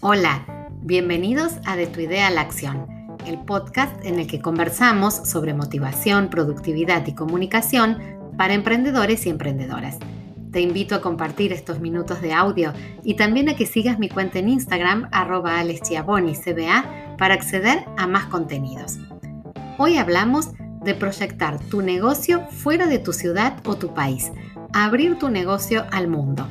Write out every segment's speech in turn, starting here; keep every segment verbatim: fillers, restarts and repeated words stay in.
Hola, bienvenidos a De tu idea a la acción, el podcast en el que conversamos sobre motivación, productividad y comunicación para emprendedores y emprendedoras. Te invito a compartir estos minutos de audio y también a que sigas mi cuenta en Instagram, arroba aleschiavoni.cba, para acceder a más contenidos. Hoy hablamos de proyectar tu negocio fuera de tu ciudad o tu país, abrir tu negocio al mundo.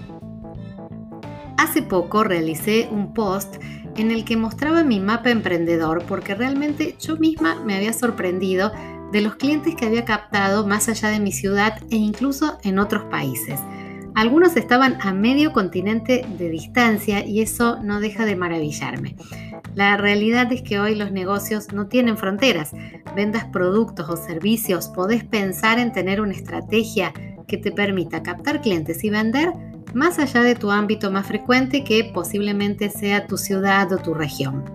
Hace poco realicé un post en el que mostraba mi mapa emprendedor porque realmente yo misma me había sorprendido de los clientes que había captado más allá de mi ciudad e incluso en otros países. Algunos estaban a medio continente de distancia y eso no deja de maravillarme. La realidad es que hoy los negocios no tienen fronteras. Vendas productos o servicios, podés pensar en tener una estrategia que te permita captar clientes y vender más allá de tu ámbito más frecuente, que posiblemente sea tu ciudad o tu región.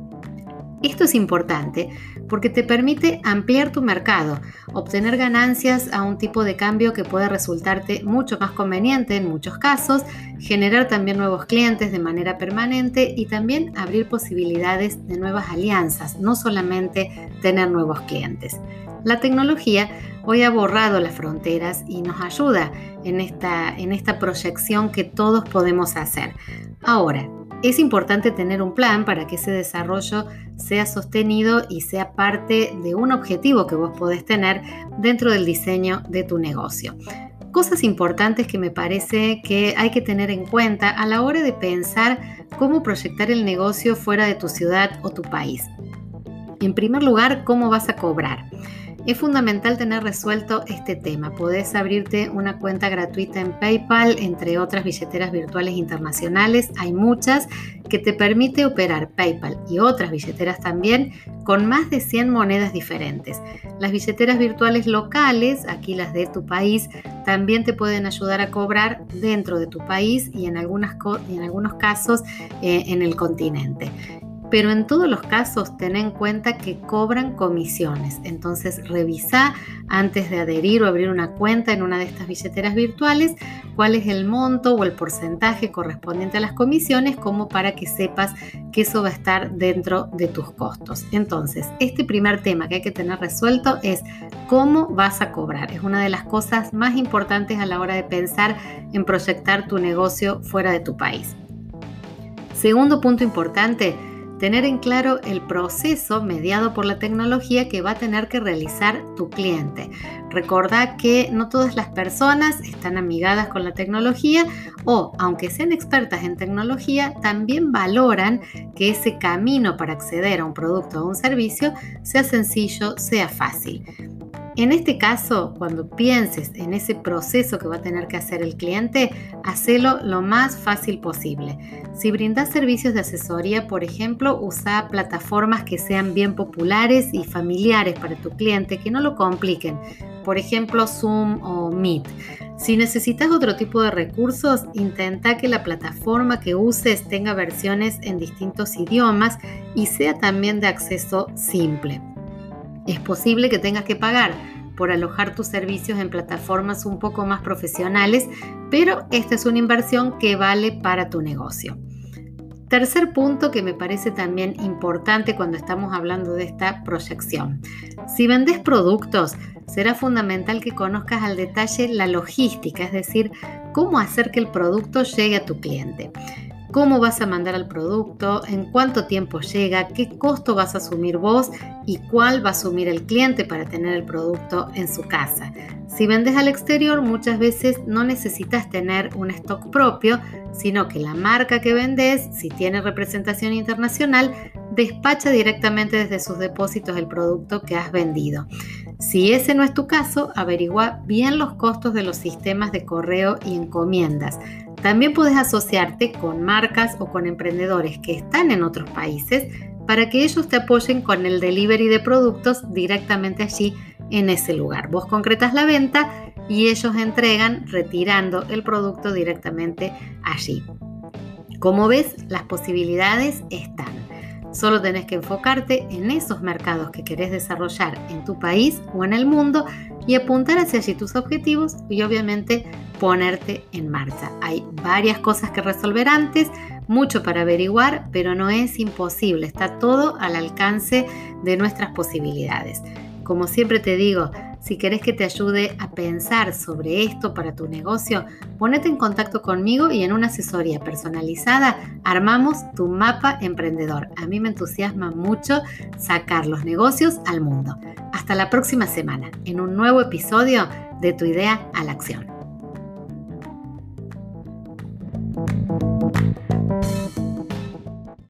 Esto es importante porque te permite ampliar tu mercado, obtener ganancias a un tipo de cambio que puede resultarte mucho más conveniente en muchos casos, generar también nuevos clientes de manera permanente y también abrir posibilidades de nuevas alianzas, no solamente tener nuevos clientes. La tecnología hoy ha borrado las fronteras y nos ayuda en esta, en esta proyección que todos podemos hacer. Ahora, es importante tener un plan para que ese desarrollo sea sostenido y sea parte de un objetivo que vos podés tener dentro del diseño de tu negocio. Cosas importantes que me parece que hay que tener en cuenta a la hora de pensar cómo proyectar el negocio fuera de tu ciudad o tu país. En primer lugar, ¿cómo vas a cobrar? Es fundamental tener resuelto este tema. Podés abrirte una cuenta gratuita en PayPal, entre otras billeteras virtuales internacionales. Hay muchas que te permite operar PayPal y otras billeteras también con más de cien monedas diferentes. Las billeteras virtuales locales, aquí las de tu país, también te pueden ayudar a cobrar dentro de tu país y en, algunas co- en algunos casos eh, en el continente. Pero en todos los casos ten en cuenta que cobran comisiones, entonces revisa antes de adherir o abrir una cuenta en una de estas billeteras virtuales cuál es el monto o el porcentaje correspondiente a las comisiones, como para que sepas que eso va a estar dentro de tus costos. Entonces, este primer tema que hay que tener resuelto es cómo vas a cobrar. Es una de las cosas más importantes a la hora de pensar en proyectar tu negocio fuera de tu país. Segundo punto importante, tener en claro el proceso mediado por la tecnología que va a tener que realizar tu cliente. Recordá que no todas las personas están amigadas con la tecnología o, aunque sean expertas en tecnología, también valoran que ese camino para acceder a un producto o un servicio sea sencillo, sea fácil. En este caso, cuando pienses en ese proceso que va a tener que hacer el cliente, hacelo lo más fácil posible. Si brindas servicios de asesoría, por ejemplo, usa plataformas que sean bien populares y familiares para tu cliente, que no lo compliquen. Por ejemplo, Zoom o Meet. Si necesitas otro tipo de recursos, intenta que la plataforma que uses tenga versiones en distintos idiomas y sea también de acceso simple. Es posible que tengas que pagar por alojar tus servicios en plataformas un poco más profesionales, pero esta es una inversión que vale para tu negocio. Tercer punto que me parece también importante cuando estamos hablando de esta proyección. Si vendes productos, será fundamental que conozcas al detalle la logística, es decir, cómo hacer que el producto llegue a tu cliente. ¿Cómo vas a mandar el producto? ¿En cuánto tiempo llega? ¿Qué costo vas a asumir vos? ¿Y cuál va a asumir el cliente para tener el producto en su casa? Si vendes al exterior, muchas veces no necesitas tener un stock propio, sino que la marca que vendes, si tiene representación internacional, despacha directamente desde sus depósitos el producto que has vendido. Si ese no es tu caso, averigua bien los costos de los sistemas de correo y encomiendas. También puedes asociarte con marcas o con emprendedores que están en otros países para que ellos te apoyen con el delivery de productos directamente allí en ese lugar. Vos concretas la venta y ellos entregan retirando el producto directamente allí. Como ves, las posibilidades están. Solo tenés que enfocarte en esos mercados que querés desarrollar en tu país o en el mundo y apuntar hacia allí tus objetivos y obviamente ponerte en marcha. Hay varias cosas que resolver antes, mucho para averiguar, pero no es imposible, está todo al alcance de nuestras posibilidades. Como siempre te digo, si querés que te ayude a pensar sobre esto para tu negocio, ponete en contacto conmigo y en una asesoría personalizada armamos tu mapa emprendedor. A mí me entusiasma mucho sacar los negocios al mundo. Hasta la próxima semana, en un nuevo episodio de Tu Idea a la Acción.